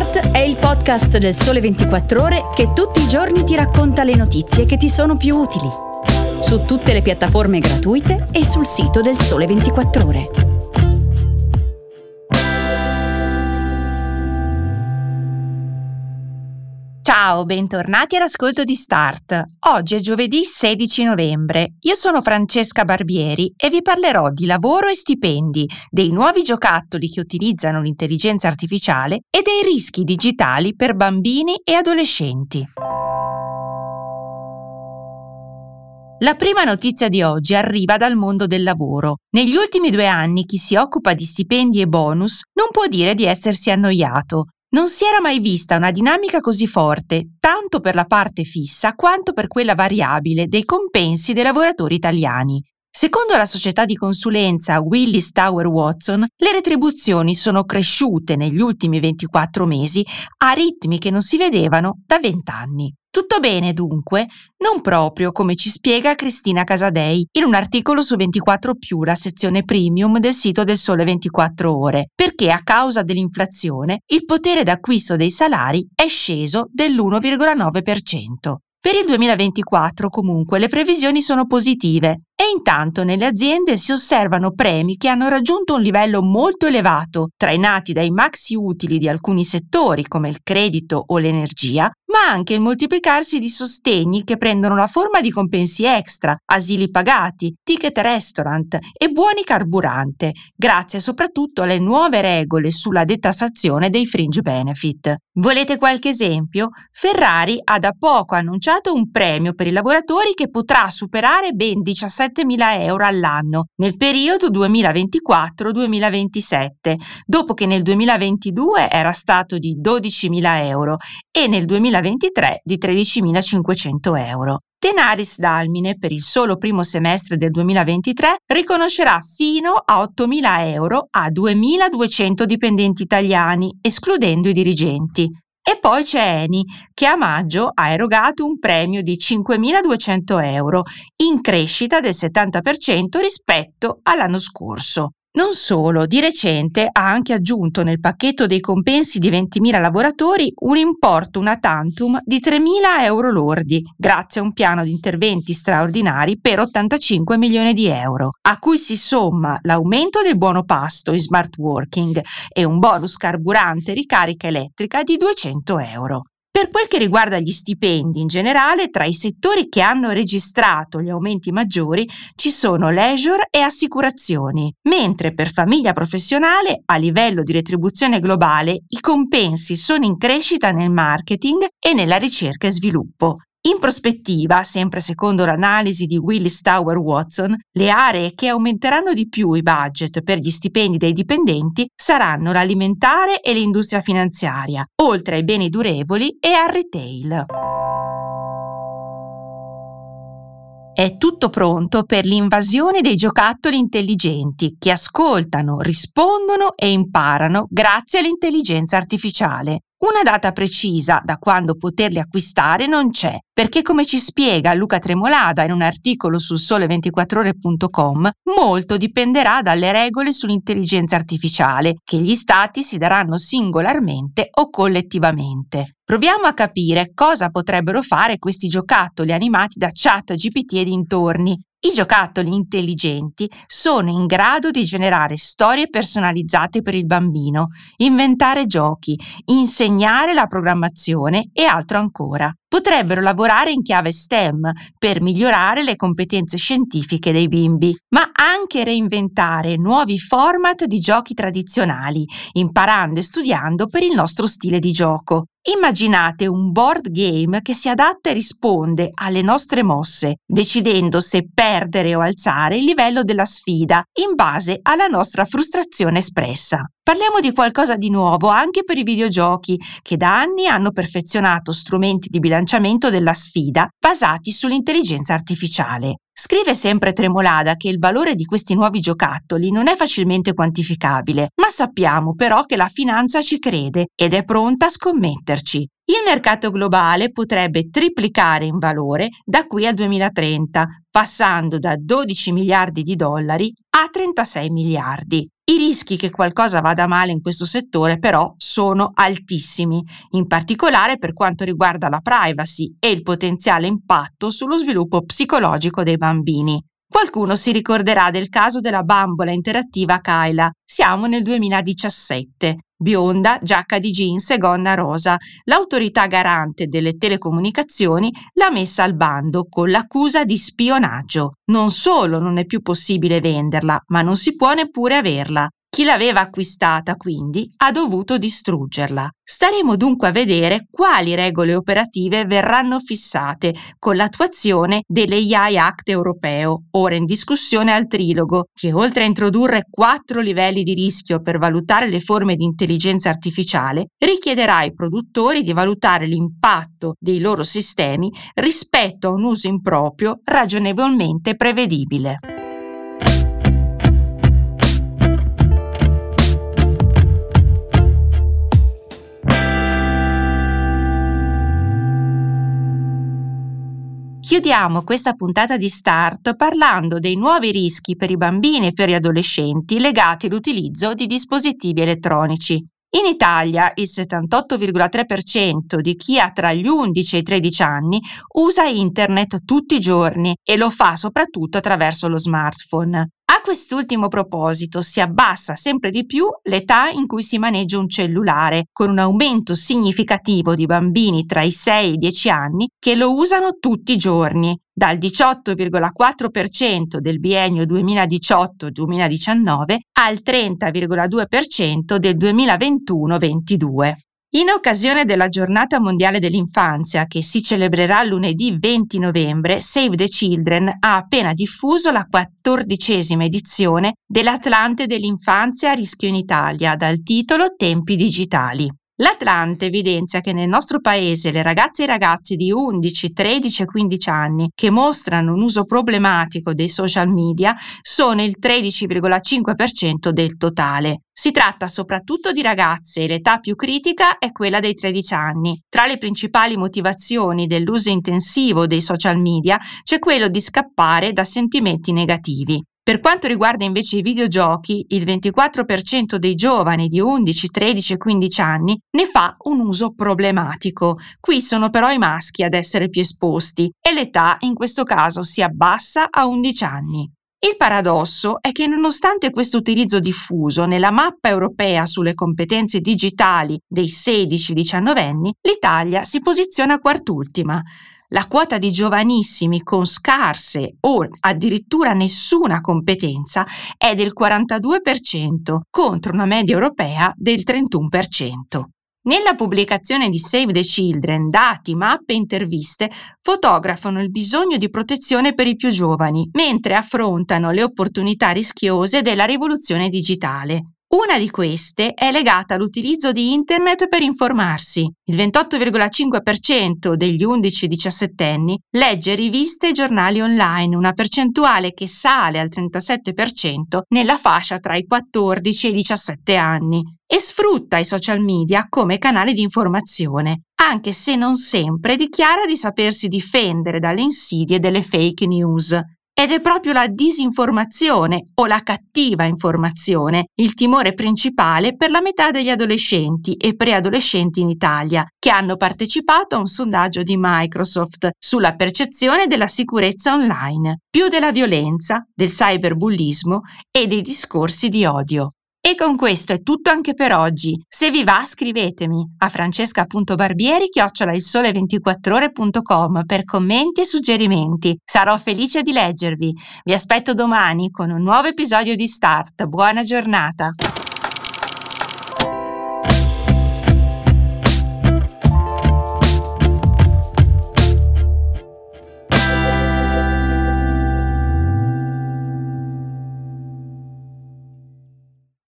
Start è il podcast del Sole 24 Ore che tutti i giorni ti racconta le notizie che ti sono più utili. Su tutte le piattaforme gratuite e sul sito del Sole 24 Ore. Ciao, bentornati all'ascolto di Start. Oggi è giovedì 16 novembre. Io sono Francesca Barbieri e vi parlerò di lavoro e stipendi, dei nuovi giocattoli che utilizzano l'intelligenza artificiale e dei rischi digitali per bambini e adolescenti. La prima notizia di oggi arriva dal mondo del lavoro. Negli ultimi 2 anni chi si occupa di stipendi e bonus non può dire di essersi annoiato. Non si era mai vista una dinamica così forte, tanto per la parte fissa quanto per quella variabile dei compensi dei lavoratori italiani. Secondo la società di consulenza Willis Towers Watson, le retribuzioni sono cresciute negli ultimi 24 mesi a ritmi che non si vedevano da 20 anni. Tutto bene dunque? Non proprio, come ci spiega Cristina Casadei in un articolo su 24+, la sezione premium del sito del Sole 24 Ore, perché a causa dell'inflazione il potere d'acquisto dei salari è sceso dell'1,9%. Per il 2024 comunque le previsioni sono positive e intanto nelle aziende si osservano premi che hanno raggiunto un livello molto elevato, trainati dai maxi utili di alcuni settori come il credito o l'energia, ma anche il moltiplicarsi di sostegni che prendono la forma di compensi extra, asili pagati, ticket restaurant e buoni carburante, grazie soprattutto alle nuove regole sulla detassazione dei fringe benefit. Volete qualche esempio? Ferrari ha da poco annunciato un premio per i lavoratori che potrà superare ben 17.000 euro all'anno nel periodo 2024-2027, dopo che nel 2022 era stato di 12.000 euro e nel 2023 di 13.500 euro. Tenaris Dalmine, per il solo primo semestre del 2023, riconoscerà fino a 8.000 euro a 2.200 dipendenti italiani, escludendo i dirigenti. E poi c'è Eni, che a maggio ha erogato un premio di 5.200 euro, in crescita del 70% rispetto all'anno scorso. Non solo, di recente ha anche aggiunto nel pacchetto dei compensi di 20.000 lavoratori un importo una tantum di 3.000 euro lordi, grazie a un piano di interventi straordinari per 85 milioni di euro, a cui si somma l'aumento del buono pasto in smart working e un bonus carburante ricarica elettrica di 200 euro. Per quel che riguarda gli stipendi in generale, tra i settori che hanno registrato gli aumenti maggiori ci sono leisure e assicurazioni, mentre per famiglia professionale, a livello di retribuzione globale, i compensi sono in crescita nel marketing e nella ricerca e sviluppo. In prospettiva, sempre secondo l'analisi di Willis Towers Watson, le aree che aumenteranno di più i budget per gli stipendi dei dipendenti saranno l'alimentare e l'industria finanziaria, oltre ai beni durevoli e al retail. È tutto pronto per l'invasione dei giocattoli intelligenti che ascoltano, rispondono e imparano grazie all'intelligenza artificiale. Una data precisa da quando poterli acquistare non c'è, perché come ci spiega Luca Tremolada in un articolo sul sole24ore.com, molto dipenderà dalle regole sull'intelligenza artificiale che gli stati si daranno singolarmente o collettivamente. Proviamo a capire cosa potrebbero fare questi giocattoli animati da ChatGPT e dintorni. I giocattoli intelligenti sono in grado di generare storie personalizzate per il bambino, inventare giochi, insegnare la programmazione e altro ancora. Potrebbero lavorare in chiave STEM per migliorare le competenze scientifiche dei bimbi, ma anche reinventare nuovi format di giochi tradizionali, imparando e studiando per il nostro stile di gioco. Immaginate un board game che si adatta e risponde alle nostre mosse, decidendo se perdere o alzare il livello della sfida in base alla nostra frustrazione espressa. Parliamo di qualcosa di nuovo anche per i videogiochi, che da anni hanno perfezionato strumenti di bilanciamento della sfida basati sull'intelligenza artificiale. Scrive sempre Tremolada che il valore di questi nuovi giocattoli non è facilmente quantificabile, ma sappiamo però che la finanza ci crede ed è pronta a scommetterci. Il mercato globale potrebbe triplicare in valore da qui al 2030, passando da 12 miliardi di dollari a 36 miliardi. I rischi che qualcosa vada male in questo settore però sono altissimi, in particolare per quanto riguarda la privacy e il potenziale impatto sullo sviluppo psicologico dei bambini. Qualcuno si ricorderà del caso della bambola interattiva Kyla. Siamo nel 2017. Bionda, giacca di jeans e gonna rosa. L'autorità garante delle telecomunicazioni l'ha messa al bando con l'accusa di spionaggio. Non solo non è più possibile venderla, ma non si può neppure averla. Chi l'aveva acquistata, quindi, ha dovuto distruggerla. Staremo dunque a vedere quali regole operative verranno fissate con l'attuazione dell'AI Act europeo, ora in discussione al trilogo, che oltre a introdurre 4 livelli di rischio per valutare le forme di intelligenza artificiale, richiederà ai produttori di valutare l'impatto dei loro sistemi rispetto a un uso improprio ragionevolmente prevedibile. Chiudiamo questa puntata di Start parlando dei nuovi rischi per i bambini e per gli adolescenti legati all'utilizzo di dispositivi elettronici. In Italia il 78,3% di chi ha tra gli 11 e i 13 anni usa internet tutti i giorni e lo fa soprattutto attraverso lo smartphone. A quest'ultimo proposito si abbassa sempre di più l'età in cui si maneggia un cellulare, con un aumento significativo di bambini tra i 6 e i 10 anni che lo usano tutti i giorni, dal 18,4% del biennio 2018-2019 al 30,2% del 2021-22. In occasione della Giornata Mondiale dell'Infanzia, che si celebrerà lunedì 20 novembre, Save the Children ha appena diffuso la 14ª edizione dell'Atlante dell'infanzia a rischio in Italia, dal titolo Tempi digitali. L'Atlante evidenzia che nel nostro paese le ragazze e i ragazzi di 11, 13 e 15 anni che mostrano un uso problematico dei social media sono il 13,5% del totale. Si tratta soprattutto di ragazze e l'età più critica è quella dei 13 anni. Tra le principali motivazioni dell'uso intensivo dei social media c'è quello di scappare da sentimenti negativi. Per quanto riguarda invece i videogiochi, il 24% dei giovani di 11, 13 e 15 anni ne fa un uso problematico. Qui sono però i maschi ad essere più esposti e l'età in questo caso si abbassa a 11 anni. Il paradosso è che nonostante questo utilizzo diffuso nella mappa europea sulle competenze digitali dei 16-19 anni, l'Italia si posiziona quart'ultima. La quota di giovanissimi con scarse o addirittura nessuna competenza è del 42% contro una media europea del 31%. Nella pubblicazione di Save the Children, dati, mappe e interviste fotografano il bisogno di protezione per i più giovani, mentre affrontano le opportunità rischiose della rivoluzione digitale. Una di queste è legata all'utilizzo di internet per informarsi. Il 28,5% degli 11-17 anni legge riviste e giornali online, una percentuale che sale al 37% nella fascia tra i 14 e i 17 anni, e sfrutta i social media come canale di informazione, anche se non sempre dichiara di sapersi difendere dalle insidie delle fake news. Ed è proprio la disinformazione o la cattiva informazione il timore principale per la metà degli adolescenti e preadolescenti in Italia, che hanno partecipato a un sondaggio di Microsoft sulla percezione della sicurezza online, più della violenza, del cyberbullismo e dei discorsi di odio. E con questo è tutto anche per oggi. Se vi va, scrivetemi a francesca.barbieri@ilsole24ore.com per commenti e suggerimenti. Sarò felice di leggervi. Vi aspetto domani con un nuovo episodio di Start. Buona giornata!